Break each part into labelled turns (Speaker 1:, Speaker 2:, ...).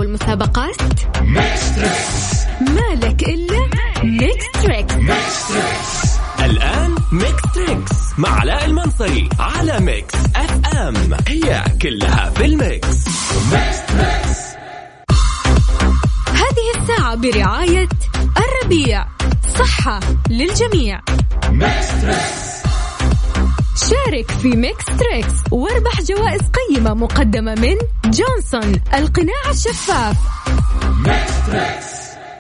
Speaker 1: والمسابقات مالك إلا ميكس تريكس.
Speaker 2: الآن ميكس تريكس مع علاء المنصري على ميكس اف ام. هي كلها في الميكس.
Speaker 1: هذه الساعة برعاية الربيع، صحة للجميع. شارك في ميكس تريكس واربح جوائز قيمة مقدمة من جونسون القناع الشفاف. ميكس تريكس.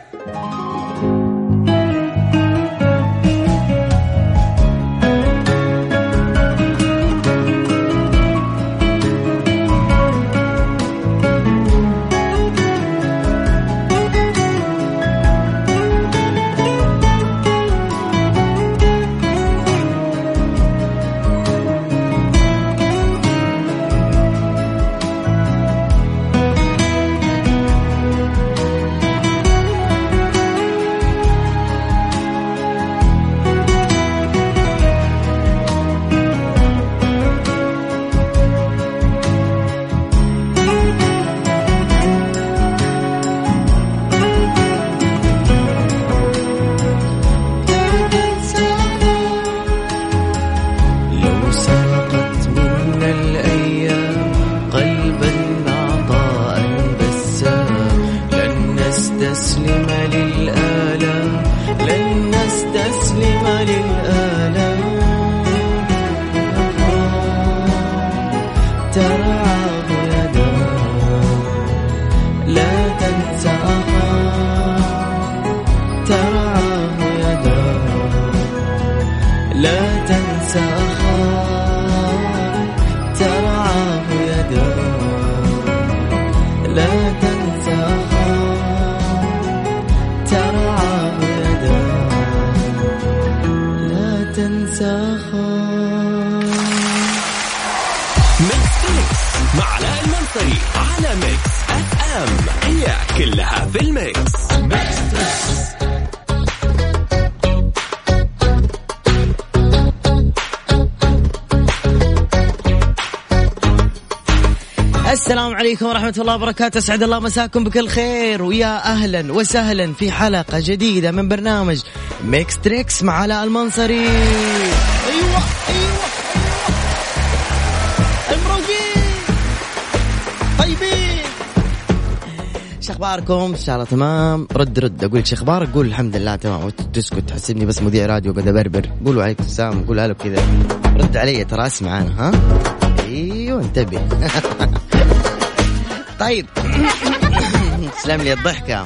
Speaker 2: مع علاء المنصري على ميكس اف ام. هي كلها في الميكس.
Speaker 3: السلام عليكم ورحمة الله وبركاته. أسعد الله مساكم بكل خير، ويا أهلا وسهلا في حلقة جديدة من برنامج ميكس تريكس مع علاء المنصري. أيوة المروقين طيبين، شخباركم؟ إن شاء الله تمام. رد أقول شخبارك، قول الحمد لله تمام، وتسكت تحسبني بس مذيع راديو قد أبربر. قولوا عليك السلام، قولها له كذا، رد علي ترى اسمع أنا. ها ايوه انتبه. طيب سلام لي الضحكة.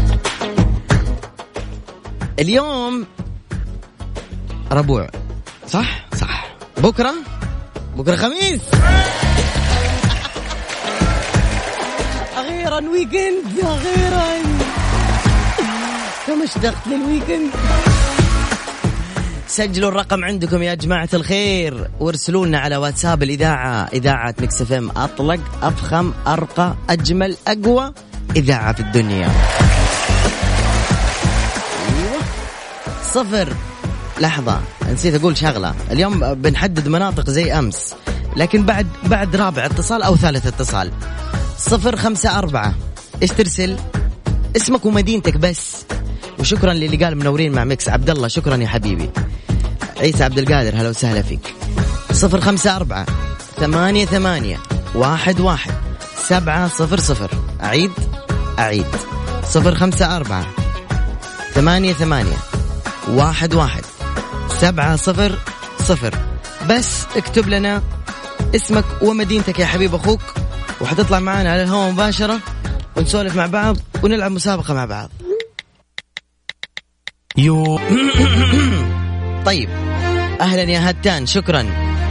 Speaker 3: اليوم ربوع، صح بكرة خميس. أخيرا ويكند، أخيرا كم اشتقت للويكند. سجلوا الرقم عندكم يا جماعة الخير وارسلوا لنا على واتساب الإذاعة، إذاعة ميكس اف ام، أطلق أفخم أرقى أجمل أقوى إذاعة في الدنيا. أيوة. 0 لحظة نسيت أقول شغلة، اليوم بنحدد مناطق زي أمس، لكن بعد رابع اتصال أو ثالث اتصال. 054 إيش ترسل؟ اسمك ومدينتك بس. وشكرا للي قال منورين مع ميكس. عبد الله شكرا يا حبيبي. عيسى عبد القادر هلا وسهلا فيك. 054 88 11 700. أعيد 054 88 11 700. بس اكتب لنا اسمك ومدينتك يا حبيب أخوك، وحتطلع معنا على الهواء مباشرة ونسولف مع بعض ونلعب مسابقة مع بعض. طيب أهلا يا هتان، شكرا.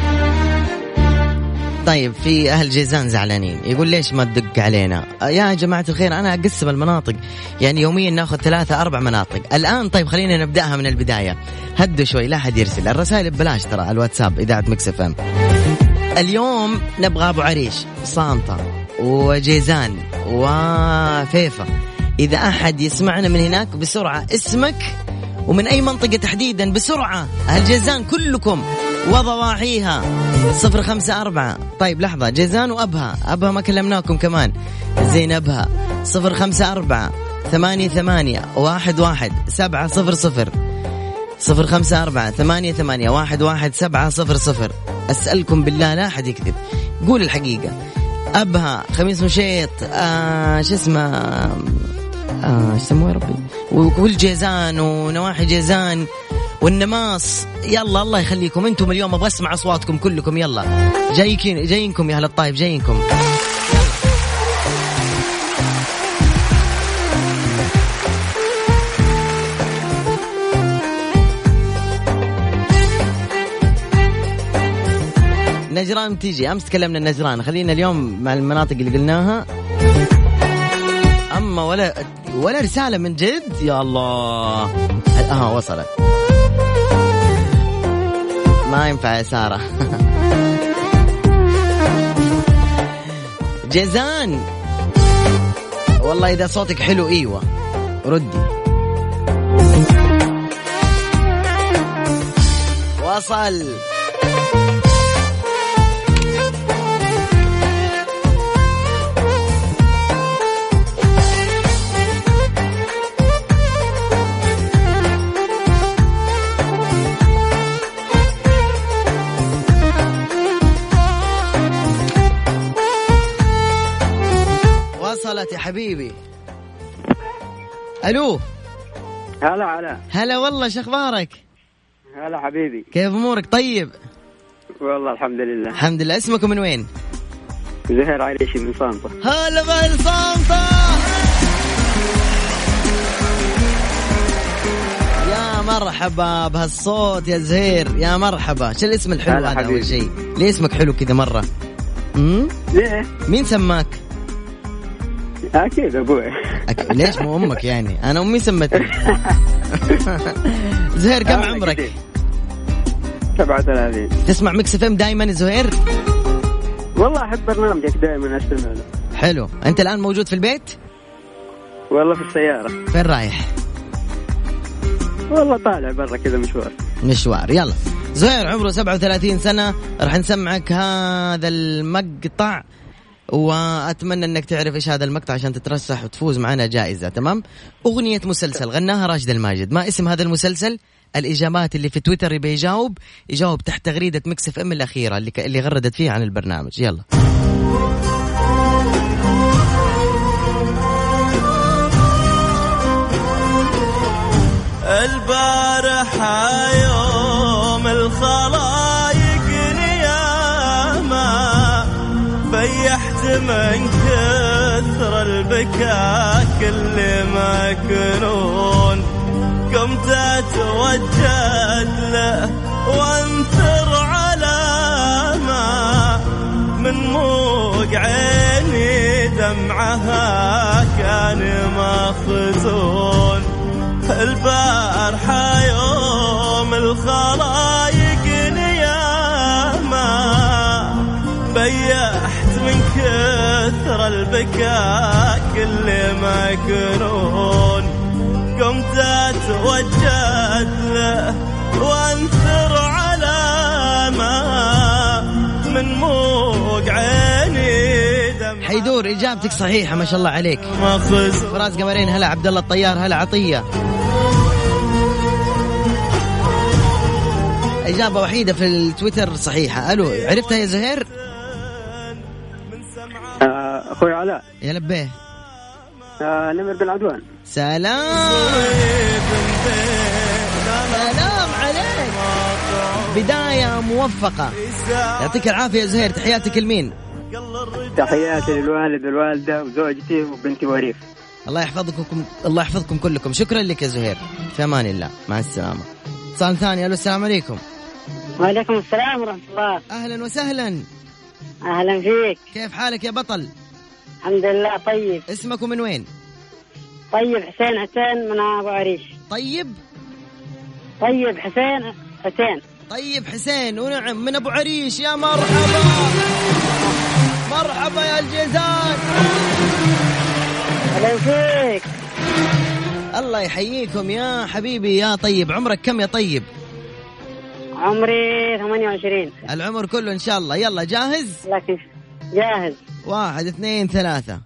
Speaker 3: طيب في أهل جيزان زعلانين، يقول ليش ما تدق علينا يا جماعة الخير؟ أنا أقسم المناطق، يعني يوميا ناخذ 3-4 مناطق الآن. طيب خلينا نبدأها من البداية، هدوا شوي، لا حد يرسل الرسائل ببلاش ترى على الواتساب إذاعة ميكس اف ام. اليوم نبغى أبو عريش، صامتة وجيزان وفيفا. إذا أحد يسمعنا من هناك بسرعة اسمك ومن أي منطقة تحديدا بسرعة. أهل جيزان كلكم وضواحيها 054. طيب لحظة، جيزان وأبها، أبها ما كلمناكم كمان، زينبها 054 88 11 700 054 88 11 700. أسألكم بالله لا أحد يكذب، قول الحقيقة. أبها، خميس مشيط، شو اسمه، ايش يسموه يا ربي، والجيزان ونواحي جيزان والنماص. يلا الله يخليكم انتم اليوم، ابغى اسمع اصواتكم كلكم. يلا جايينكم يا اهل الطايف، جايينكم. نجران تيجي، امس تكلمنا النجران، خلينا اليوم مع المناطق اللي قلناها. اما ولا رسالة من جد، يا الله. وصلت، ما ينفع يا سارة. جيزان والله إذا صوتك حلو ايوه ردي. وصل. وصلت يا حبيبي. الو.
Speaker 4: هلا علاء.
Speaker 3: هلا والله، شو اخبارك؟
Speaker 4: هلا حبيبي،
Speaker 3: كيف امورك؟ طيب
Speaker 4: والله الحمد لله.
Speaker 3: الحمد لله. اسمكم من وين؟
Speaker 4: زهير عريشي من صامتة.
Speaker 3: هلا بأهل صامتة، يا مرحبا بهالصوت يا زهير، يا مرحبا. شو الاسم الحلو هذا أول شيء؟ ليه اسمك حلو كذا مرة؟
Speaker 4: ليه؟
Speaker 3: مين سماك؟
Speaker 4: أكيد أبوي.
Speaker 3: ليش مو أمك يعني؟ أنا أمي سمتني. زهير كم عمرك؟
Speaker 4: 37.
Speaker 3: تسمع ميكس اف ام دايما زهير؟
Speaker 4: والله أحب برنامجك دائما، أستمع له.
Speaker 3: حلو. أنت الآن موجود في البيت؟
Speaker 4: والله في السيارة.
Speaker 3: فين رايح؟
Speaker 4: والله طالع برا كذا مشوار.
Speaker 3: يلا. زهير عمره 37 سنة، راح نسمعك هذا المقطع، وأتمنى أنك تعرف إيش هذا المقطع عشان تترشح وتفوز معنا جائزة. تمام؟ أغنية مسلسل غناها راشد الماجد، ما اسم هذا المسلسل؟ الإجابات اللي في تويتر يبي يجاوب تحت تغريدة ميكس اف ام الأخيرة اللي غردت فيها عن البرنامج. يلا.
Speaker 5: البارحة يوم الخلايق نياما، بيحت من كثر البكاء كل ما يكونون، قمت اتوجد له وانثر علامة، من موق عيني دمعها كان مخزون. البارحة يوم الخلايق نياما، بيحت من كثر البكاء كل ما يكونون، قمت اتوجد له وانثر علامة، من موق عيني دمعها.
Speaker 3: حيدور إجابتك صحيحة ما شاء الله عليك. فراس قمرين. هلا عبد الله الطيار. هلا عطية. إجابة وحيدة في التويتر صحيحة. ألو، عرفتها يا زهير؟
Speaker 4: أخوي علاء.
Speaker 3: يا لبيه.
Speaker 4: نمر بن عدوان.
Speaker 3: سلام عليك، بداية موفقة، يعطيك العافية يا زهير. تحياتك لمين؟
Speaker 4: تحياتي للوالد والوالدة وزوجتي وبنتي وريف.
Speaker 3: الله يحفظكم كلكم. شكرا لك يا زهير، في أمان الله، مع السلامة. اتصال ثاني. ألو، السلام عليكم.
Speaker 6: وعليكم السلام ورحمة الله.
Speaker 3: أهلا وسهلا.
Speaker 6: أهلا فيك.
Speaker 3: كيف حالك يا بطل؟
Speaker 6: الحمد لله طيب.
Speaker 3: اسمكم من وين؟
Speaker 6: طيب حسين من أبو عريش.
Speaker 3: طيب
Speaker 6: حسين.
Speaker 3: طيب حسين، ونعم من أبو عريش. يا مرحبا يا الجيزان.
Speaker 6: أهلا فيك.
Speaker 3: الله يحييكم يا حبيبي. يا طيب، عمرك كم يا طيب؟
Speaker 6: عمري 28.
Speaker 3: العمر كله إن شاء الله. يلا جاهز؟
Speaker 6: لكن جاهز.
Speaker 3: 1 2 3.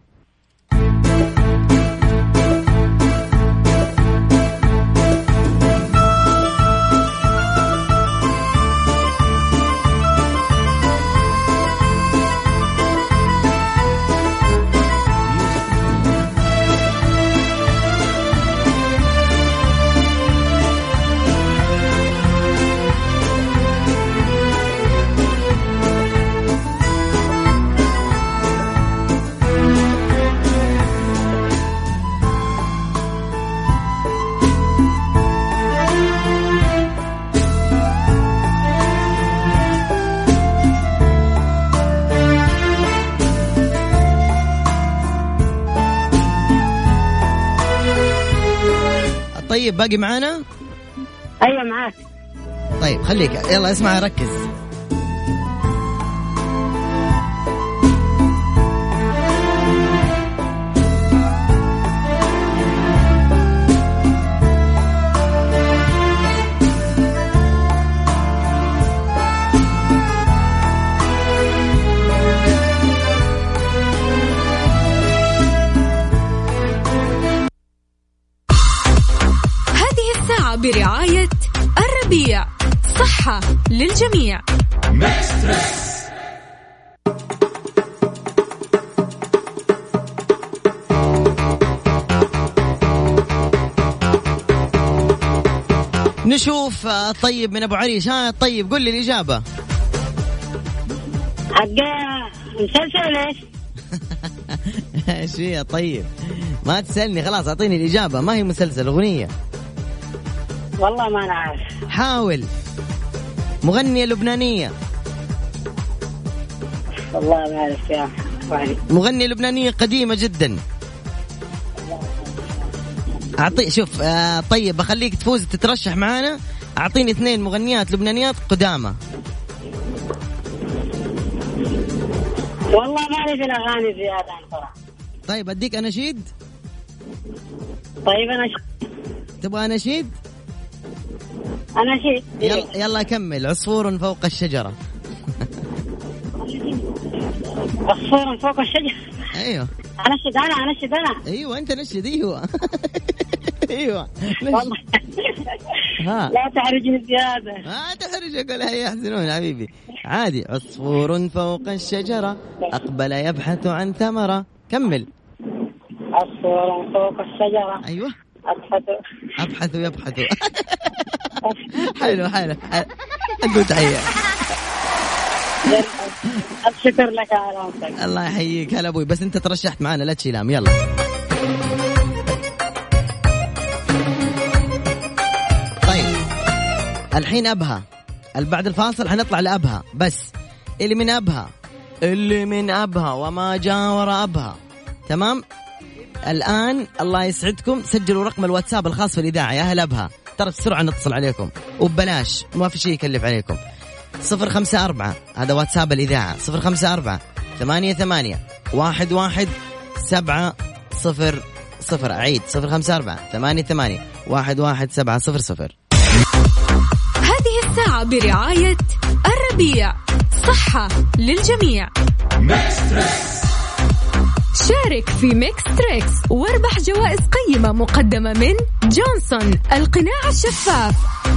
Speaker 3: طيب باقي معانا؟
Speaker 6: أيوة معاك.
Speaker 3: طيب خليك يلا اسمع ركز.
Speaker 1: برعاية الربيع، صحة للجميع.
Speaker 3: نشوف طيب من أبو عريش. ها طيب قل لي الإجابة.
Speaker 6: حق مسلسل ايش؟
Speaker 3: ايش هي؟ طيب ما تسألني خلاص، أعطيني الإجابة. ما هي مسلسل، أغنية.
Speaker 6: والله ما نعرف.
Speaker 3: حاول. مغنية لبنانية.
Speaker 6: والله ما أعرف يا
Speaker 3: مغنية لبنانية قديمة جدا. أعطي شوف طيب بخليك تفوز تترشح معانا. أعطيني 2 مغنيات لبنانيات قدامى.
Speaker 6: والله ما أعرف الأغاني زيادة صراحة.
Speaker 3: طيب أديك أناشيد.
Speaker 6: طيب أناشيد.
Speaker 3: تبغى أناشيد؟
Speaker 6: أناشيد.
Speaker 3: يلا كمل. عصفور فوق الشجرة.
Speaker 6: عصفور فوق الشجرة.
Speaker 3: أيوه.
Speaker 6: أنشد أنا.
Speaker 3: أيوه أنت نشد. أيوه. أيوه.
Speaker 6: والله. لا تحرجني زيادة.
Speaker 3: ما تحرجك ولا يحزنون حبيبي، عادي. عصفور فوق الشجرة أقبل يبحث عن ثمرة. كمل.
Speaker 6: عصفور فوق الشجرة.
Speaker 3: أيوه. أبحث يبحث. حلو. أقول تحية.
Speaker 6: الشكر لك على وقتك.
Speaker 3: الله يحييك. هلا أبوي. بس أنت ترشحت معنا لا تشيلام. يلا طيب الحين أبها. بعد الفاصل حنطلع لأبها. بس اللي من أبها وما جاور أبها. تمام. الآن الله يسعدكم سجلوا رقم الواتساب الخاص في الإذاعة. يا أهل أبها ترى بسرعة نتصل عليكم وببلاش، ما في شيء يكلف عليكم. 054 هذا واتساب الإذاعة. 054 88 11 700. أعيد 054 88 11 700.
Speaker 1: هذه الساعة برعاية الربيع، صحة للجميع. شارك في ميكس تريكس واربح جوائز قيمة مقدمة من جونسون القناع الشفاف.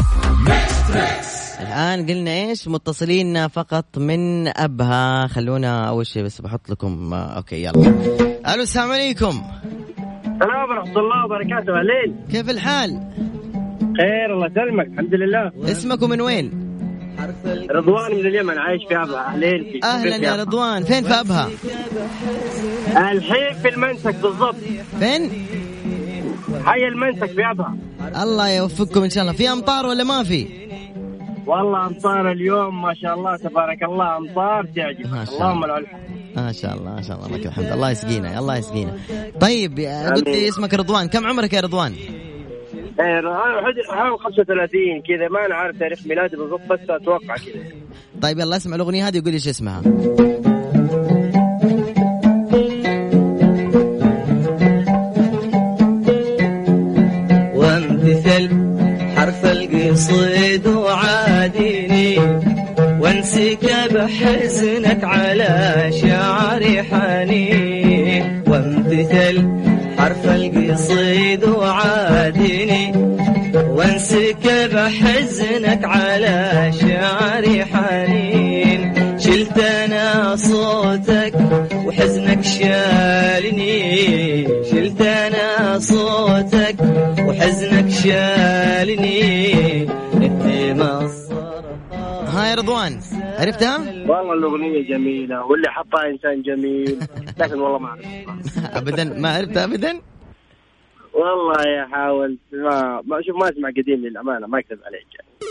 Speaker 3: الآن قلنا إيش؟ متصلين فقط من أبها. خلونا أول شيء بس بحط لكم أوكي يلا. ألو السلام عليكم.
Speaker 4: السلام ورحمة الله وبركاته. أهلين،
Speaker 3: كيف الحال؟
Speaker 4: خير الله يسلمك الحمد لله.
Speaker 3: اسمك ومن وين؟
Speaker 4: رضوان من اليمن، عايش في أبها. أهلين.
Speaker 3: أهلا يا رضوان. فين في أبها؟
Speaker 4: الحين في المنسك بالضبط.
Speaker 3: فين؟
Speaker 4: حي المنسك في أبها.
Speaker 3: الله يوفقكم إن شاء الله. في أمطار ولا ما في؟
Speaker 4: والله أمطار اليوم ما شاء الله تبارك الله، أمطار تعجب. اللهم لك الحمد.
Speaker 3: ما شاء الله ما شاء الله لك الحمد. الله يسقينا الله يسقينا. طيب قلت لي اسمك رضوان، كم عمرك يا رضوان؟
Speaker 4: حول 35 كذا، ما أنا عارف تاريخ ميلادي بالضبط بس أتوقع كذا.
Speaker 3: طيب يلا اسمع الأغنية هذه وقولي إيش اسمها.
Speaker 5: وامتثل حرف القصيد وعاديني وانسكب حزنك على شعري حنين وامتثل حرف القصيد وعادني وانسكب حزنك على شعري حنين شلت أنا صوتك وحزنك شالني شلت أنا صوتك وحزنك شالني الدماء.
Speaker 3: هاي رضوان عرفتها؟
Speaker 4: والله الأغنية جميلة واللي حطها إنسان جميل لكن والله ما أعرف
Speaker 3: أبدا ما عرفتها أبدا.
Speaker 4: والله يا حاولت ما أشوف ما أسمع قديم للأمانة ما أكذب عليك.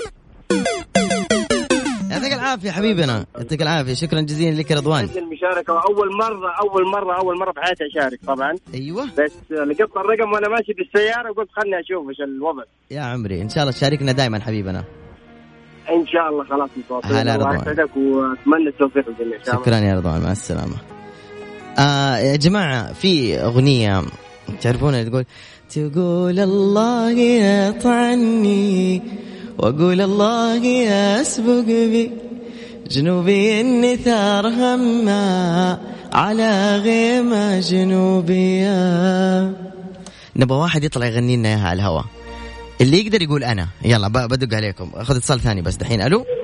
Speaker 3: يعطيك العافية حبيبنا يعطيك العافية شكرا جزيلا لك رضوان.
Speaker 4: المشاركة أول مرة في حياتي أشارك طبعا.
Speaker 3: أيوة
Speaker 4: بس لقيت الرقم وأنا ماشي بالسيارة وقلت خلني أشوف إيش الوضع.
Speaker 3: يا عمري إن شاء الله تشاركنا دائما حبيبنا.
Speaker 4: إن شاء الله خلاص نتواصل.
Speaker 3: هلا رضوان
Speaker 4: وأتمنى التوفيق للجميع.
Speaker 3: شكرا يا رضوان مع السلامة. يا جماعة في أغنية تعرفونها تقول الله يطعني وأقول الله يسبق بي جنوبي النثار هما على غيمة جنوبية. نبغى واحد يطلع يغني لنا إياها على الهواء اللي يقدر يقول أنا. يلا بدق عليكم أخذ اتصال ثاني بس دحين.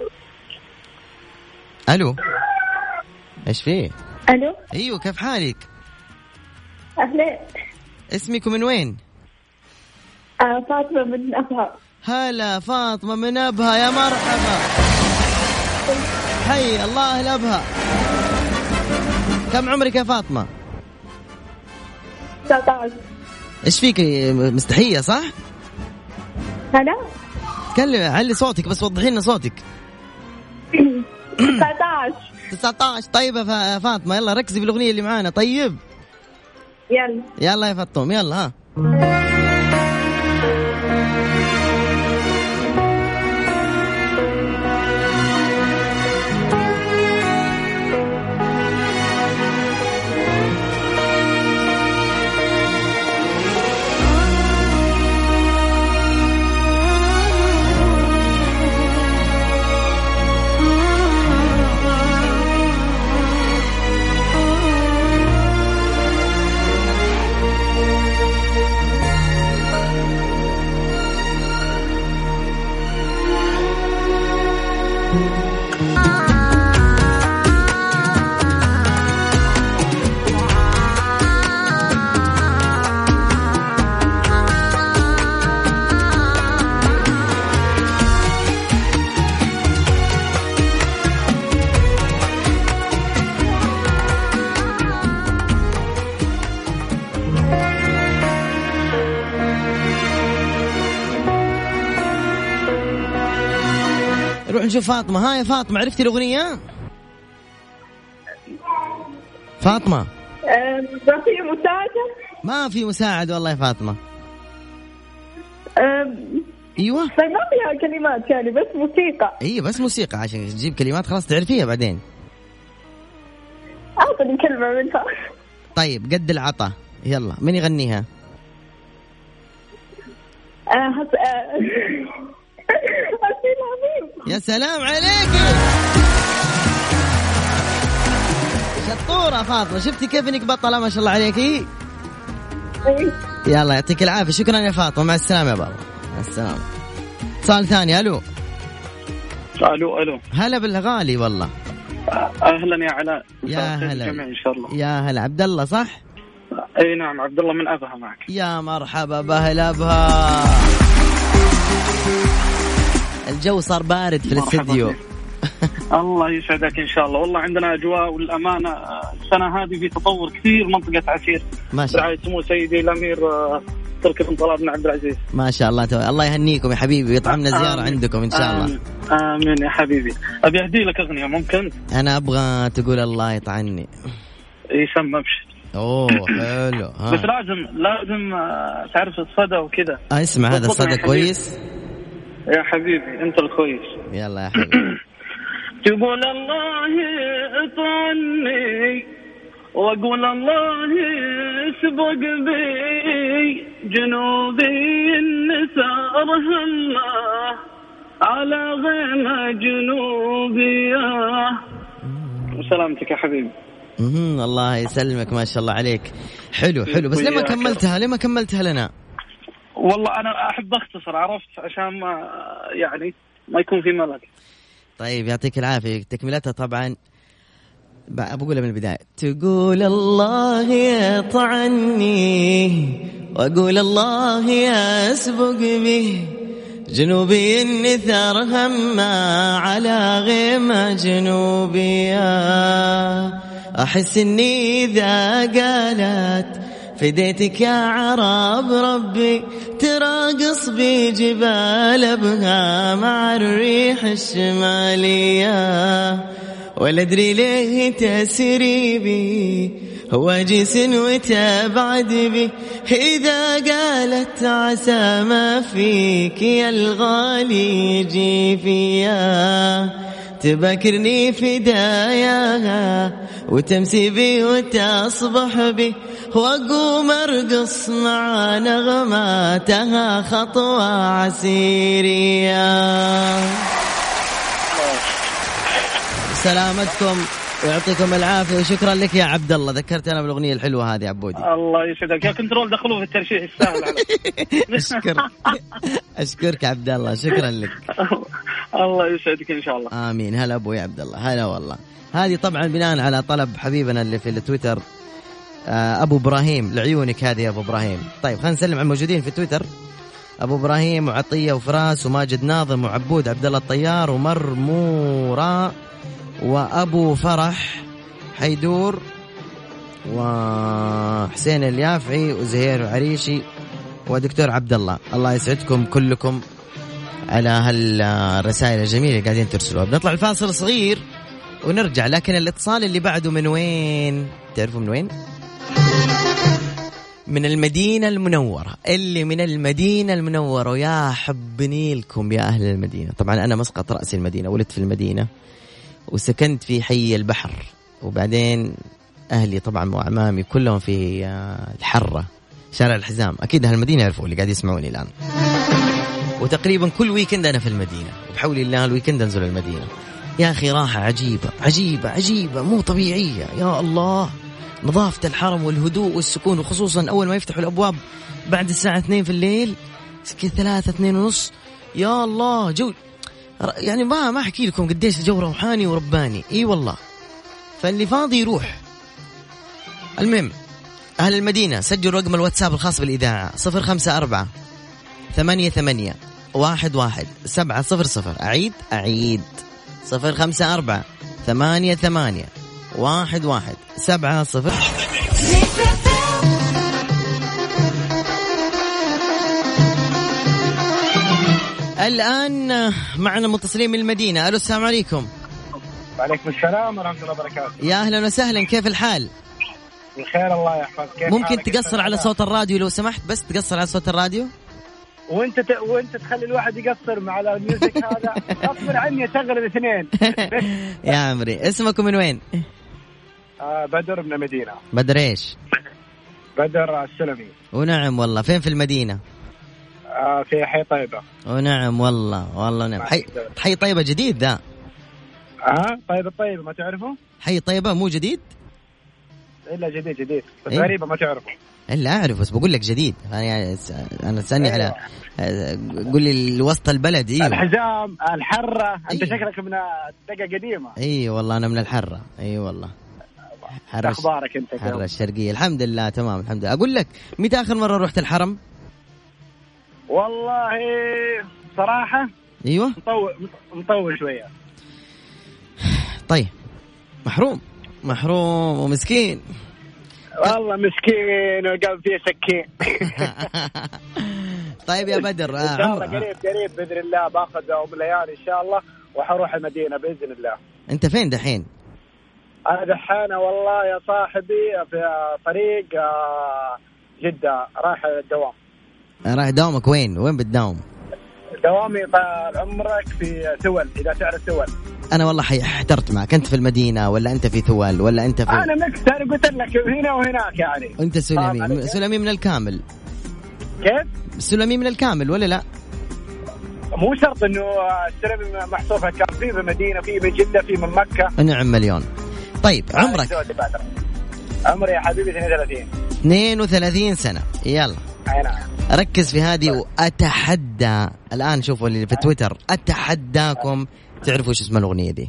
Speaker 3: ألو إيش فيه؟
Speaker 6: ألو
Speaker 3: أيوه كيف حالك؟
Speaker 6: أهلا
Speaker 3: اسمك من وين؟
Speaker 6: فاطمة من أبها.
Speaker 3: هلا فاطمة من أبها يا مرحبا حي الله لأبها. كم عمرك يا فاطمة؟
Speaker 6: 19.
Speaker 3: إيش فيك مستحية صح؟
Speaker 6: هلا
Speaker 3: تكلم علي صوتك بس وضحي لنا صوتك. 19. طيب يا فاطمة يلا ركزي بالأغنية اللي معانا. طيب يلا يا فاطمة يلا ها. نشوف فاطمة. ها يا فاطمة عرفتي الأغنية؟ فاطمة
Speaker 6: ما في مساعدة؟
Speaker 3: ما في مساعد والله يا فاطمة. ايوه
Speaker 6: ما فيها كلمات يعني بس موسيقى.
Speaker 3: ايوه بس موسيقى عشان تجيب كلمات خلاص تعرفيها بعدين.
Speaker 6: أعطني كلمة منها.
Speaker 3: طيب قد العطا يلا من يغنيها؟ يا سلام عليك شطورة فاطمة. شفتي كيف انك بطلة ما شاء الله عليكي. يلا يعطيك العافية شكرا يا فاطمة مع السلامة يا بابا مع السلامة. اتصال ثاني. الو هلا بالغالي والله.
Speaker 7: اهلا يا علاء.
Speaker 3: يا هلا
Speaker 7: ان شاء الله.
Speaker 3: يا هلا عبد الله صح؟
Speaker 7: اي نعم عبد الله من أبها معك.
Speaker 3: يا مرحبا باهل أبها. الجو صار بارد في الاستديو.
Speaker 7: الله يسعدك إن شاء الله. والله عندنا أجواء والأمانة السنة هذه في تطور كثير منطقة عسير برعاية سمو سيدي الأمير تركي بن طلال بن عبد العزيز. ما شاء الله الله يهنيكم يا حبيبي ويطعمنا زيارة عندكم إن شاء الله. آمين يا حبيبي. أبي أهدي لك أغنية ممكن؟
Speaker 3: أنا أبغى تقول الله يطعني.
Speaker 7: يسمى بشي.
Speaker 3: أوه حلو.
Speaker 7: بس لازم تعرف الصدى وكذا.
Speaker 3: اسمع هذا الصدى كويس
Speaker 7: يا حبيبي أنت الكويس.
Speaker 3: يلا يا حبيبي.
Speaker 7: تقول الله اطعني واقول الله سبق بي جنوبي النسار همه على على غيمة جنوبية. وسلامتك يا حبيبي.
Speaker 3: الله يسلمك، ما شاء الله عليك. حلو بس لما كملتها لنا؟
Speaker 7: والله أنا أحب أختصر، عرفت، عشان ما يكون في ملل.
Speaker 3: طيب يعطيك العافية. تكملتها طبعا بقولها من البداية. تقول الله يطعني وأقول الله يسبق به، جنوبي النثار هما على غيمة جنوبية، أحس إني إذا قالت فديتك يا عرب ربي تراقص بجبال أبها مع الريح الشمالية، ولا أدري ليه تسري بي هو جسن وتبعد بي، إذا قالت عسى ما فيك يا الغالي يجي فيها، تبكرني فداياها وتمسي بي وتصبح بي، وأقوم أرقص مع نغماتها خطوة عسيرية. سلامتكم ويعطيكم العافية وشكرا لك يا عبد الله. ذكرت أنا بالأغنية الحلوة هذه عبودي.
Speaker 7: الله يسعدك يا كنترول، دخلوه في الترشيح يستاهل عليك.
Speaker 3: أشكرك عبد الله، شكرا لك.
Speaker 7: الله يسعدك إن شاء الله.
Speaker 3: آمين. هلا أبوي عبد الله، هلا والله. هذه طبعا بناء على طلب حبيبنا اللي في التويتر أبو إبراهيم، لعيونك هذه يا أبو إبراهيم. طيب خلينا نسلم على الموجودين في تويتر. أبو إبراهيم وعطية وفراس وماجد ناظم وعبود عبد الله الطيار ومرمورة وأبو فرح حيدور وحسين اليافعي وزهير عريشي ودكتور عبد الله. الله يسعدكم كلكم على هالرسائل الجميلة اللي قاعدين ترسلوها. بنطلع الفاصل صغير ونرجع، لكن الاتصال اللي بعده من وين؟ تعرفوا من وين؟ من المدينة المنورة. اللي من المدينة المنورة، ويا حبني لكم يا أهل المدينة. طبعا أنا مسقط رأس المدينة، ولدت في المدينة وسكنت في حي البحر، وبعدين أهلي طبعا وأعمامي كلهم في الحرة شارع الحزام. أكيد أهل المدينة يعرفوا اللي قاعد يسمعوني الآن. وتقريبا كل ويكند أنا في المدينة، وبحول الله الويكند أنزل المدينة. يا أخي راحة عجيبة عجيبة عجيبة مو طبيعية. يا الله، نظافة الحرم والهدوء والسكون، وخصوصا أول ما يفتحوا الأبواب بعد الساعة 2 في الليل، 3 2:30. يا الله، جو يعني ما أحكي لكم قديش الجو روحاني ورباني. إي والله، فاللي فاضي يروح. المهم أهل المدينة سجلوا رقم الواتساب الخاص بالإذاعة 054 88 11 700. أعيد 054 88 11 700. الآن معنا متصلين من المدينة. ألو، السلام عليكم.
Speaker 8: وعليكم السلام ورحمة الله وبركاته.
Speaker 3: يا أهلا وسهلا، كيف الحال؟
Speaker 8: بخير الله يحفظك. كيف
Speaker 3: ممكن تقصر على صوت الراديو لو سمحت؟ بس تقصر على صوت الراديو.
Speaker 8: وانت تخلي الواحد يقصر مع الميوزك هذا. اصبر عني اشغل الاثنين.
Speaker 3: يا عمري، اسمكم من وين؟
Speaker 8: بدر من المدينة.
Speaker 3: بدر ايش؟
Speaker 8: بدر السلمي.
Speaker 3: ونعم والله. فين في المدينة؟
Speaker 8: في حي طيبة.
Speaker 3: ونعم والله نعم. حي طيبة جديد ذا.
Speaker 8: طيبة ما تعرفه؟
Speaker 3: حي طيبة مو جديد؟
Speaker 8: إلا جديد بس غريبة ما تعرفه.
Speaker 3: إلا أعرف بس بقول لك جديد. يعني أنا تسألني على قول لي وسط البلد. إيه
Speaker 8: الحزام الحرة. أنت شكلك من دقة قديمة.
Speaker 3: إيه والله أنا من الحرة. إيه والله.
Speaker 8: أخبارك أنت؟
Speaker 3: حرة الشرقية. الحمد لله تمام الحمد لله. أقول لك متى آخر مرة رحت الحرم؟
Speaker 8: والله صراحة
Speaker 3: أيوة
Speaker 8: مطول شوية.
Speaker 3: طيب محروم ومسكين.
Speaker 8: والله مسكين وقام فيه سكين.
Speaker 3: طيب يا بدر،
Speaker 8: إن شاء الله قريب بإذن الله باخذ يوم ليالي إن شاء الله وحروح المدينة بإذن الله.
Speaker 3: أنت فين دحين؟
Speaker 8: أنا دحين والله يا صاحبي في طريق جدة، رايح الدوام.
Speaker 3: رايح دوامك وين بتداوم؟
Speaker 8: دوامي طال عمرك في ثول، إذا تعرف ثول.
Speaker 3: أنا والله احترت معك. أنت في المدينة ولا أنت في ثول ولا أنت في؟
Speaker 8: أنا مكس. أنا قلت لك هنا وهناك يعني.
Speaker 3: أنت سلمي من الكامل.
Speaker 8: كيف؟
Speaker 3: سلمي من الكامل ولا لا؟
Speaker 8: مو شرط انه السينما محصوفة، كان في مدينة، في من جدة، في من مكة.
Speaker 3: نعم مليون. طيب عمرك؟
Speaker 8: عمري يا حبيبي 32.
Speaker 3: 32 سنة. يلا ركز في هذه، وأتحدى الآن شوفوا اللي في تويتر، أتحداكم تعرفوا ايش اسم الأغنية دي.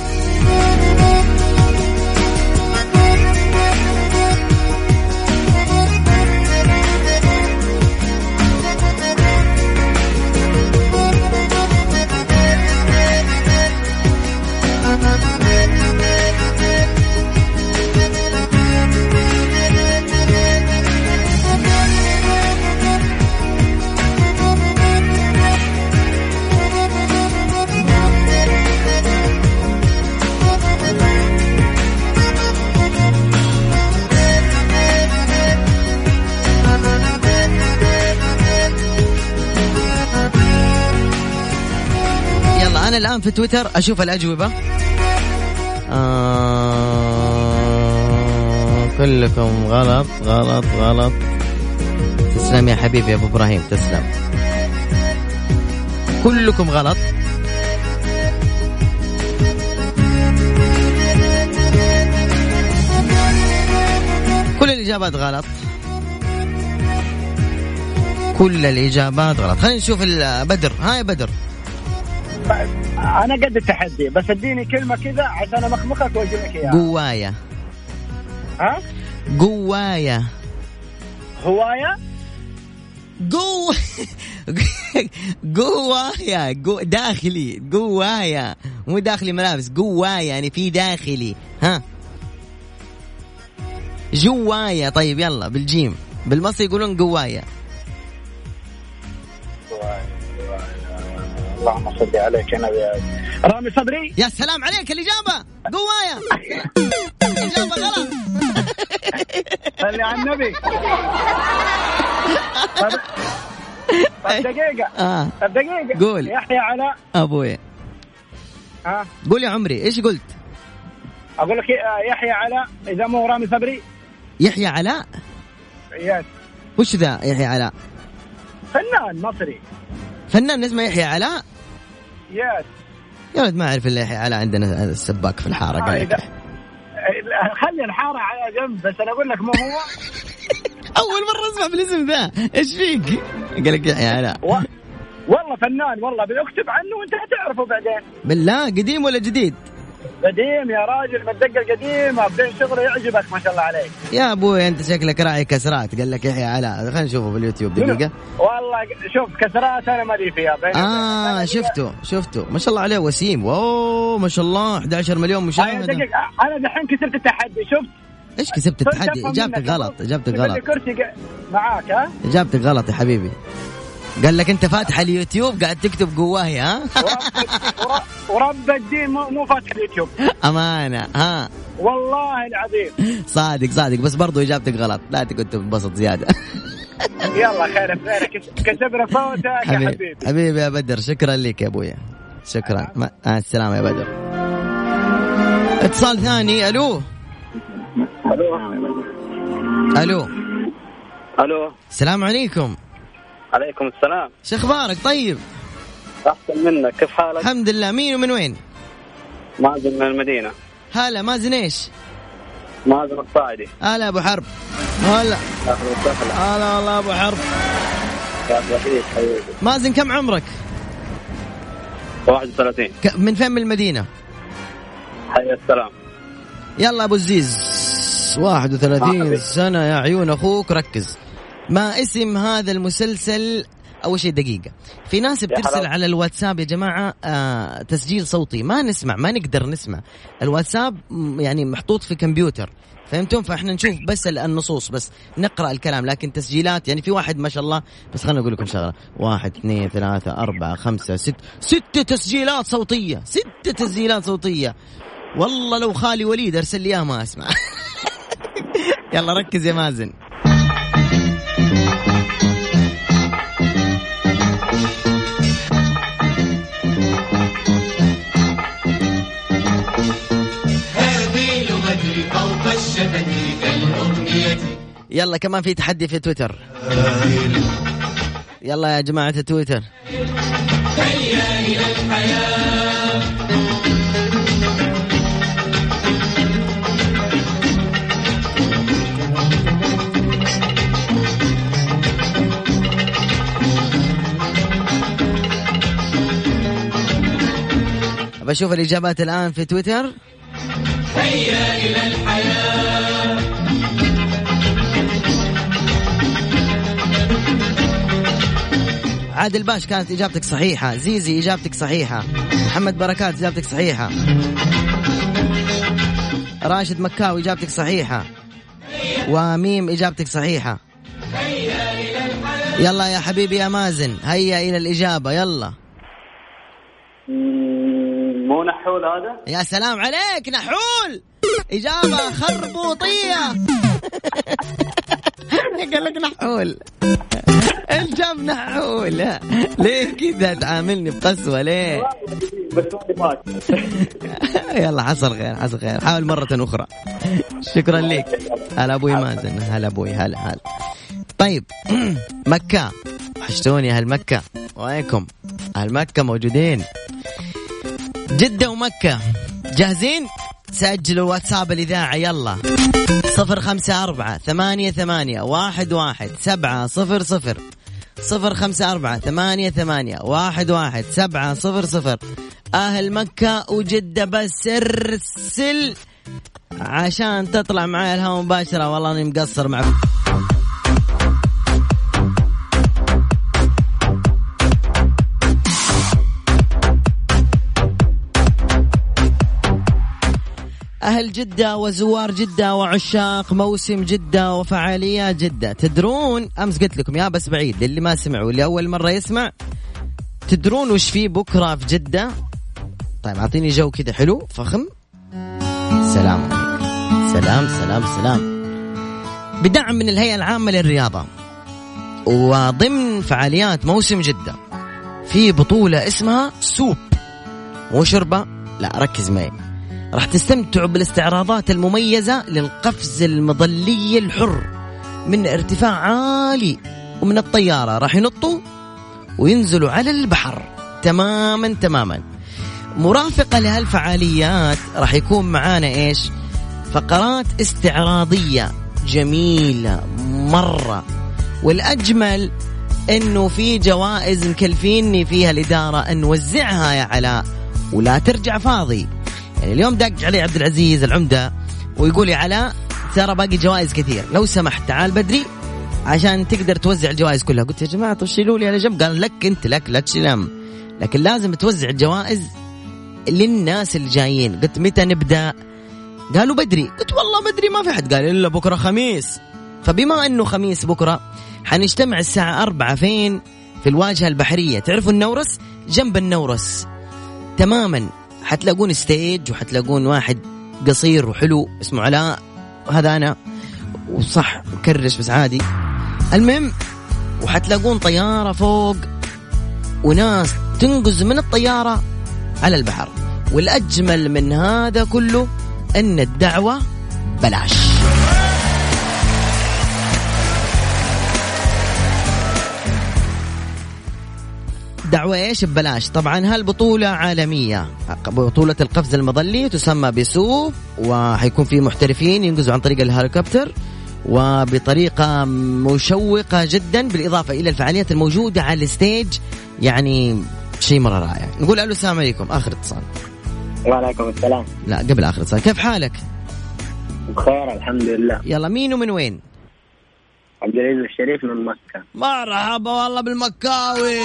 Speaker 3: أنا الآن في تويتر أشوف الأجوبة. كلكم غلط غلط غلط. تسلم يا حبيبي يا أبو إبراهيم، تسلم. كلكم غلط. كل الإجابات غلط. كل الإجابات غلط. خلينا نشوف بدر. هاي بدر،
Speaker 8: أنا قد التحدي، بس اديني كلمة كذا عشان أمخمخك وأجيب لك إياها.
Speaker 3: قوايا.
Speaker 8: ها؟
Speaker 3: قوايا.
Speaker 8: هواية؟
Speaker 3: قوايا. داخلي. قوايا مو داخلي ملابس، قوايا يعني في داخلي. ها جوايا. طيب يلا بالجيم، بالمصري يقولون قوايا.
Speaker 8: اللهم صل عليك يا نبي. رامي صبري.
Speaker 3: يا سلام عليك، الإجابة قوايا. الإجابة غلط.
Speaker 8: صلي على النبي. طب دقيقة.
Speaker 3: قول.
Speaker 8: يحيى علاء.
Speaker 3: أبوي. قول يا عمري، إيش قلت؟
Speaker 8: أقول لك يحيى علاء، إذا مو رامي صبري.
Speaker 3: يحيى علاء.
Speaker 8: يس.
Speaker 3: وش ذا يحيى علاء؟
Speaker 8: فنان مصري.
Speaker 3: فنان اسمه يحيى علاء.
Speaker 8: يس.
Speaker 3: يا ولد ما أعرف إلا يحيى علاء، عندنا السباك في الحارة. قال لك
Speaker 8: خلي الحارة على جنب، بس أنا أقول لك مو هو.
Speaker 3: أول مرة أسمع بالاسم ذا. إيش فيك؟ قال لك يحيى علاء.
Speaker 8: والله فنان، والله بنكتب عنه وأنت هتعرفه بعدين.
Speaker 3: بالله قديم ولا جديد؟
Speaker 8: قديم يا راجل، متذكر قديم، بدين شغله يعجبك ما شاء الله عليك.
Speaker 3: يا أبوي أنت شكلك راعي كسرات. قال لك يحيى علاء، خلينا نشوفه باليوتيوب دقيقة.
Speaker 8: والله شوف كسرات أنا مالي فيها.
Speaker 3: شفته ما شاء الله عليه وسيم. أوه ما شاء الله 11 مليون مشاهدة.
Speaker 8: أنا دحين كسبت التحدي. شفت
Speaker 3: إيش كسبت التحدي؟ إجابتك غلط.
Speaker 8: كرسي معاك. ها
Speaker 3: إجابتك غلط يا حبيبي. قال لك أنت فاتح اليوتيوب قاعد تكتب قواي. ها
Speaker 8: ورب الدين مو فاتح اليوتيوب.
Speaker 3: أمانة. ها
Speaker 8: والله العظيم
Speaker 3: صادق، بس برضو إجابتك غلط. لا تقول تنبسط زيادة.
Speaker 8: يلا خير كسبنا فوتك يا
Speaker 3: حبيبي يا بدر. شكرا لك يا أبويا، شكرا. مع السلامة يا بدر. اتصال ثاني. ألو. السلام عليكم.
Speaker 9: عليكم السلام.
Speaker 3: شو أخبارك؟ طيب
Speaker 9: أحسن منك، كيف حالك؟
Speaker 3: الحمد لله. مين ومن وين؟
Speaker 9: مازن من المدينة.
Speaker 3: هلا مازن. إيش؟
Speaker 9: مازن الصاعدي.
Speaker 3: هلا أبو حرب. هلا والله أبو حرب. مازن كم عمرك؟
Speaker 9: 31.
Speaker 3: من فين من المدينة؟
Speaker 9: حي السلام.
Speaker 3: يلا أبو الزيز. 31 سنة يا عيون أخوك. ركز. ما اسم هذا المسلسل؟ أول شيء دقيقة، في ناس بترسل على الواتساب يا جماعة تسجيل صوتي، ما نسمع، ما نقدر نسمع. الواتساب يعني محطوط في كمبيوتر، فهمتم؟ فإحنا نشوف بس النصوص، بس نقرأ الكلام، لكن تسجيلات يعني في واحد ما شاء الله. بس خلنا أقول لكم شغلة، 1 2 3 4 5 6 تسجيلات صوتية. 6 تسجيلات صوتية. والله لو خالي وليد أرسل لي ما أسمع. يلا ركز يا مازن. يلا كمان في تحدي في تويتر. يلا يا جماعة تويتر،
Speaker 2: هيا إلى الحياة.
Speaker 3: بشوف الإجابات الآن في تويتر.
Speaker 2: هيا إلى الحياة.
Speaker 3: عادل باش كانت إجابتك صحيحة. زيزي إجابتك صحيحة. محمد بركات إجابتك صحيحة. راشد مكاوي إجابتك صحيحة. وميم إجابتك صحيحة. يلا يا حبيبي يا مازن هيا إلى الإجابة يلا.
Speaker 9: مو نحول هذا؟
Speaker 3: يا سلام عليك نحول. إجابة خربوطية. قال لك نحول. الجاب نحول. ليه كذا تعاملني بقسوة ليه؟ يلا حصل خير حصل خير. حاول مرة أخرى. شكرا لك. هلا أبوي مازن. هلا أبوي هلا. طيب مكة وحشتوني أهل مكة. وعليكم أهل مكة موجودين. جدة ومكة جاهزين؟ سجلوا واتساب الإذاعة يلا 0548811700 0548811700. أهل مكة وجدة بس ارسل عشان تطلع معي الهواء مباشرة. والله أني مقصر معكم. أهل جدة وزوار جدة وعشاق موسم جدة وفعاليات جدة، تدرون أمس قلت لكم يا بس بعيد اللي ما سمع واللي أول مرة يسمع، تدرون وش في بكرة في جدة؟ طيب أعطيني جو كده حلو فخم. سلام سلام سلام سلام. بدعم من الهيئة العامة للرياضة وضمن فعاليات موسم جدة في بطولة اسمها سوب وشربة. لا ركز معي، راح تستمتعوا بالاستعراضات المميزة للقفز المظلي الحر من ارتفاع عالي، ومن الطيارة راح ينطوا وينزلوا على البحر تماما. مرافقة لهالفعاليات راح يكون معانا إيش؟ فقرات استعراضية جميلة مرة، والأجمل إنه في جوائز مكلفيني فيها الإدارة أن نوزعها يا علاء، ولا ترجع فاضي. يعني اليوم داق علي عبد العزيز العمدة ويقول يا علاء ترى باقي جوائز كثير، لو سمحت تعال بدري عشان تقدر توزع الجوائز كلها. قلت يا جماعة طب شيلوا لي على جنب. قال لك أنت لك لا تشيلهم، لكن لازم توزع الجوائز للناس اللي جايين. قلت متى نبدأ؟ قالوا بدري. قلت والله بدري ما في حد. قال إلا بكرة خميس. فبما أنه خميس بكرة حنجتمع الساعة 4 فين؟ في الواجهة البحرية. تعرفوا النورس؟ جنب النورس تماما حتلاقون ستيج، وحتلاقون واحد قصير وحلو اسمه علاء، وهذا أنا وصح مكرش بس عادي. المهم وحتلاقون طيارة فوق وناس تنقز من الطيارة على البحر. والأجمل من هذا كله أن الدعوة بلاش. دعوة إيش ببلاش؟ طبعا هالبطولة عالمية، بطولة القفز المظلي تسمى بسوب، وحيكون في محترفين ينقزوا عن طريق الهليكوبتر وبطريقة مشوقة جدا، بالإضافة إلى الفعاليات الموجودة على الستيج. يعني شيء مرة رائع. نقول ألو السلام عليكم. آخر اتصال.
Speaker 9: وعليكم السلام.
Speaker 3: لا قبل آخر اتصال، كيف حالك؟
Speaker 9: بخير الحمد لله.
Speaker 3: يلا مين ومن وين؟
Speaker 9: عبد العزيز الشريف من مكة.
Speaker 3: مرحبا والله بالمكاوي.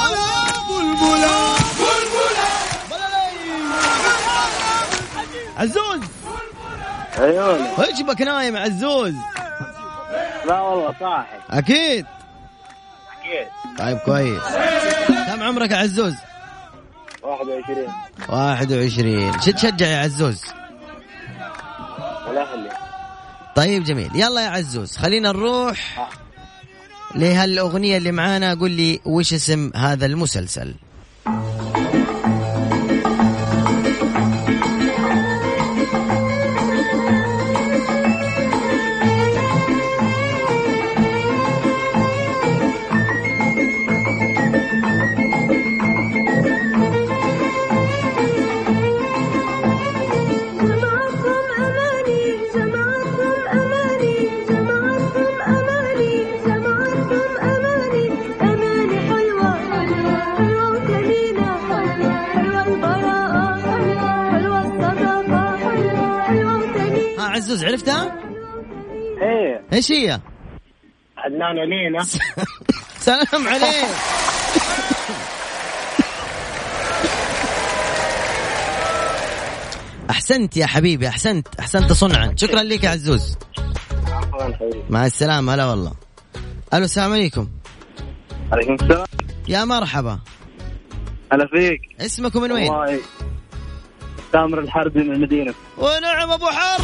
Speaker 3: عزوز
Speaker 9: عيوني
Speaker 3: ايش بك نايم عزوز؟
Speaker 9: لا والله صاحي.
Speaker 3: أكيد. طيب كويس. كم عمرك يا عزوز؟
Speaker 9: 21.
Speaker 3: 21. شو تشجع يا عزوز؟
Speaker 9: والأهلي.
Speaker 3: طيب جميل. يلا يا عزوز خلينا نروح لهالأغنية اللي معانا. قول لي وش اسم هذا المسلسل؟ عزوز عرفتها؟
Speaker 9: ايه
Speaker 3: ايش هي؟
Speaker 9: عدنان علينا.
Speaker 3: سلام عليك. احسنت يا حبيبي، احسنت صنعا. شكرا لك يا عزوز. مع السلامه. هلا والله. الو السلام عليكم.
Speaker 9: عليكم السلام.
Speaker 3: يا مرحبا.
Speaker 9: هلا فيك.
Speaker 3: اسمك ومن وين؟
Speaker 9: والله تامر الحربي من المدينة.
Speaker 3: ونعم ابو حر.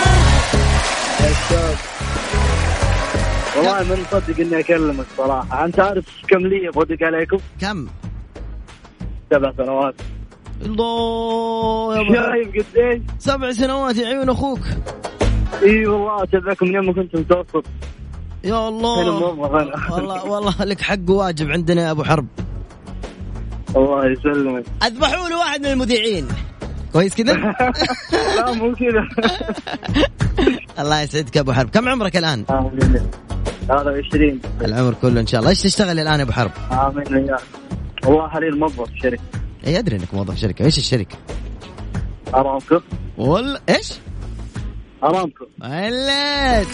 Speaker 9: والله من صدق اني اكلمك صراحة. انت عارف كم لي بودك عليكم؟
Speaker 3: كم؟
Speaker 9: 7 سنوات.
Speaker 3: الله يا ابو
Speaker 9: شايف قديش؟
Speaker 3: 7 سنوات يا عيون اخوك.
Speaker 9: اي والله اتابعكم من يوم ما كنت متوسط.
Speaker 3: يا الله. والله لك حق واجب عندنا يا ابو حرب.
Speaker 9: الله يسلمك.
Speaker 3: اذبحوا له واحد من المذيعين. كويس كذا؟
Speaker 9: لا مو كذا.
Speaker 3: الله يسعدك يا ابو حرب. كم عمرك الان؟
Speaker 9: 20.
Speaker 3: العمر كله ان شاء الله. ايش تشتغل الان يا ابو حرب؟
Speaker 9: امين يا والله حاليا موظف شركه.
Speaker 3: اي ادري انك موظف شركه. ايش الشركه؟
Speaker 9: ارامكو.
Speaker 3: ولا ايش؟
Speaker 9: ارامكو.
Speaker 3: علت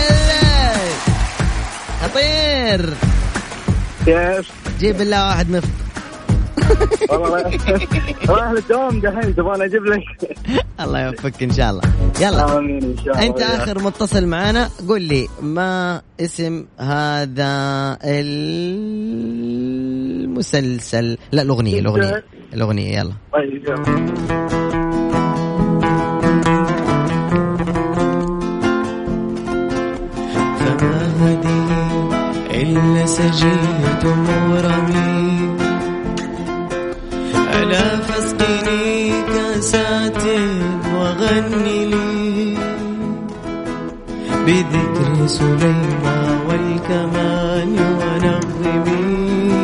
Speaker 3: خطير.
Speaker 9: كيف؟
Speaker 3: جيب الله واحد نفط.
Speaker 9: والله رايح للدوام دحين تبغى اجيب لك.
Speaker 3: الله يوفقك ان شاء الله. يلا
Speaker 9: امين ان شاء الله.
Speaker 3: انت اخر متصل معنا. قل لي ما اسم هذا المسلسل؟ لا الاغنيه يلا. فما هذه إلا سجية مغرمي ألا فاسقني كاسات وغني لي بذكر سليمان والكمان ونغمي.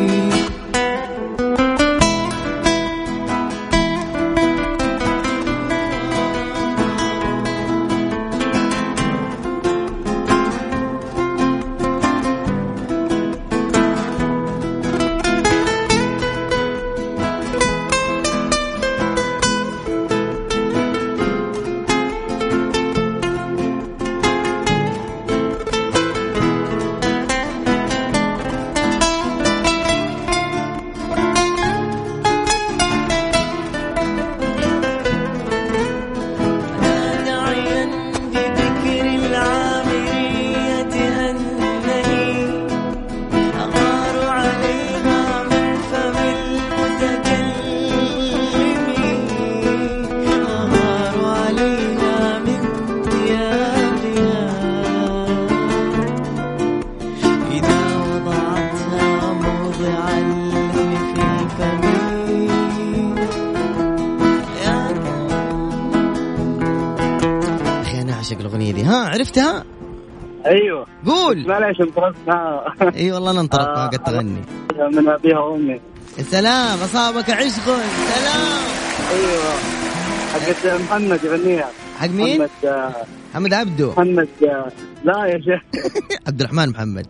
Speaker 3: عرفتها؟
Speaker 9: ايوه
Speaker 3: قول.
Speaker 9: معليش انطرقنا.
Speaker 3: اي والله انا انطرقت ما قد تغني.
Speaker 9: من ابيها امي.
Speaker 3: سلام اصابك عشق. سلام.
Speaker 9: ايوه حقت محمد يغنيها.
Speaker 3: حق مين؟ محمد عبده.
Speaker 9: محمد لا يا شيخ.
Speaker 3: عبد الرحمن محمد.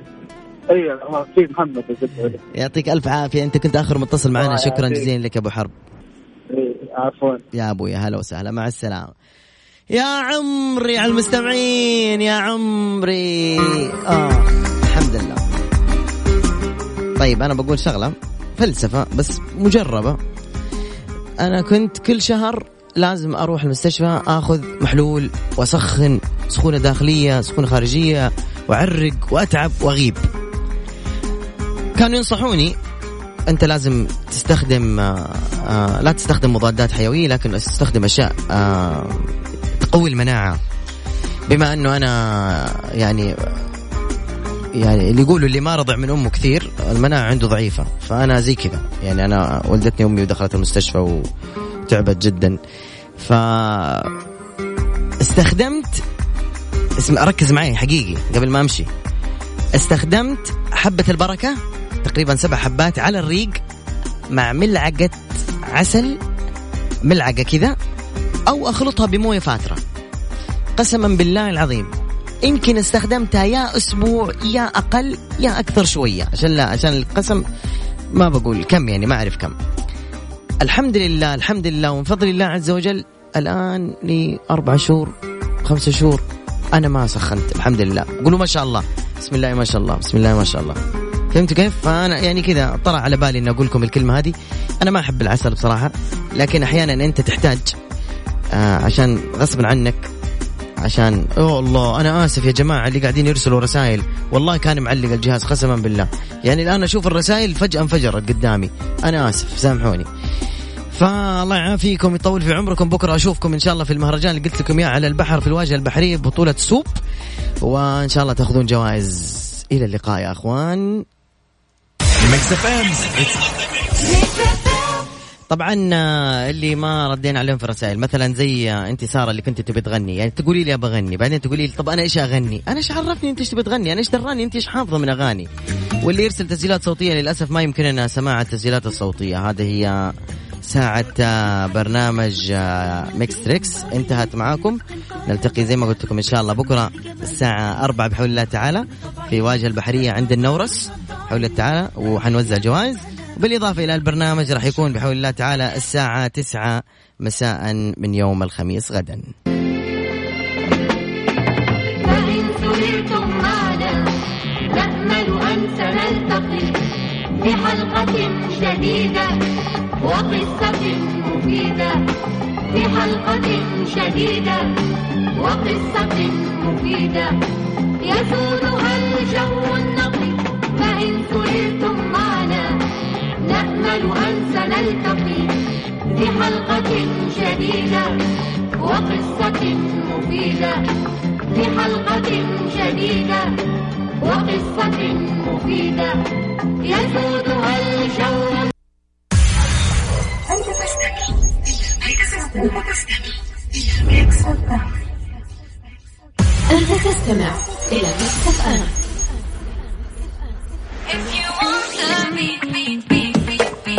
Speaker 9: ايوه في محمد.
Speaker 3: يعطيك الف عافيه. انت كنت اخر متصل معنا. شكرا جزيلا لك يا ابو حرب.
Speaker 9: عفوا
Speaker 3: يا ابوي. هلا وسهلا. مع السلامه يا عمري على المستمعين. يا عمري. الحمد لله. طيب أنا بقول شغلة فلسفة بس مجربة. أنا كنت كل شهر لازم أروح المستشفى أخذ محلول وأسخن سخونة داخلية سخونة خارجية وأعرق وأتعب وأغيب. كانوا ينصحوني أنت لازم تستخدم لا تستخدم مضادات حيوية لكن تستخدم أشياء تقوي المناعة. بما أنه أنا يعني اللي يقولوا اللي ما رضع من أمه كثير المناعة عنده ضعيفة. فأنا زي كذا يعني أنا ولدتني أمي ودخلت المستشفى وتعبت جدا. فاستخدمت ركز معي حقيقي قبل ما أمشي. استخدمت حبة البركة تقريبا 7 حبات على الريق مع ملعقة عسل ملعقة كذا أو أخلطها بموية فاترة. قسما بالله العظيم يمكن استخدمتها يا أسبوع يا أقل يا أكثر شوية عشان القسم ما بقول كم يعني ما أعرف كم. الحمد لله ومن فضل الله عز وجل الآن لي 4 شهور 5 شهور أنا ما سخنت الحمد لله. قولوا ما شاء الله، بسم الله ما شاء الله، بسم الله ما شاء الله. فهمتوا كيف؟ فأنا يعني كذا طلع على بالي أن أقول لكم الكلمة هذه. أنا ما أحب العسل بصراحة، لكن أحيانا أنت تحتاج عشان غصب عنك، عشان الله أنا آسف يا جماعة اللي قاعدين يرسلوا رسائل، والله كان معلق الجهاز قسما بالله، يعني الآن أشوف الرسائل فجأة انفجرت قدامي، أنا آسف سامحوني. فالله يعافيكم يطول في عمركم. بكرة أشوفكم إن شاء الله في المهرجان اللي قلت لكم إياه على البحر في الواجهة البحرية ببطولة سوب، وإن شاء الله تأخذون جوائز. إلى اللقاء يا أخوان. طبعا اللي ما ردينا عليهم في الرسائل مثلا زي انت سارة اللي كنت تبي تغني، يعني تقولي لي ابغى اغني بعدين تقولي لي طب انا ايش اغني، انا ايش عرفني انت ايش تبي تغني، انا ايش دراني انت ايش حافظه من اغاني. واللي يرسل تسجيلات صوتيه للاسف ما يمكننا سماع التسجيلات الصوتيه. هذه هي ساعة برنامج ميكس تريكس انتهت معاكم. نلتقي زي ما قلت لكم إن شاء الله بكرة الساعة 4 بحول الله تعالى في واجهة البحرية عند النورس بحول الله تعالى، وحنوزع جوائز. بالإضافة إلى البرنامج راح يكون بحول الله تعالى الساعة 9 مساء من يوم الخميس غدا.
Speaker 10: فإن سررتم معنا نأمل أن سنلتقي بحلقة جديدة وقصة مفيدة، في حلقة جديدة وقصة مفيدة يسودها الجو النقي. فإن سررتم معنا نأمل أن سنلتقي في حلقة جديدة وقصة مفيدة، في حلقة جديدة وقصة مفيدة يسودها الجو. أنت تستمع إلى ميكس أف أم.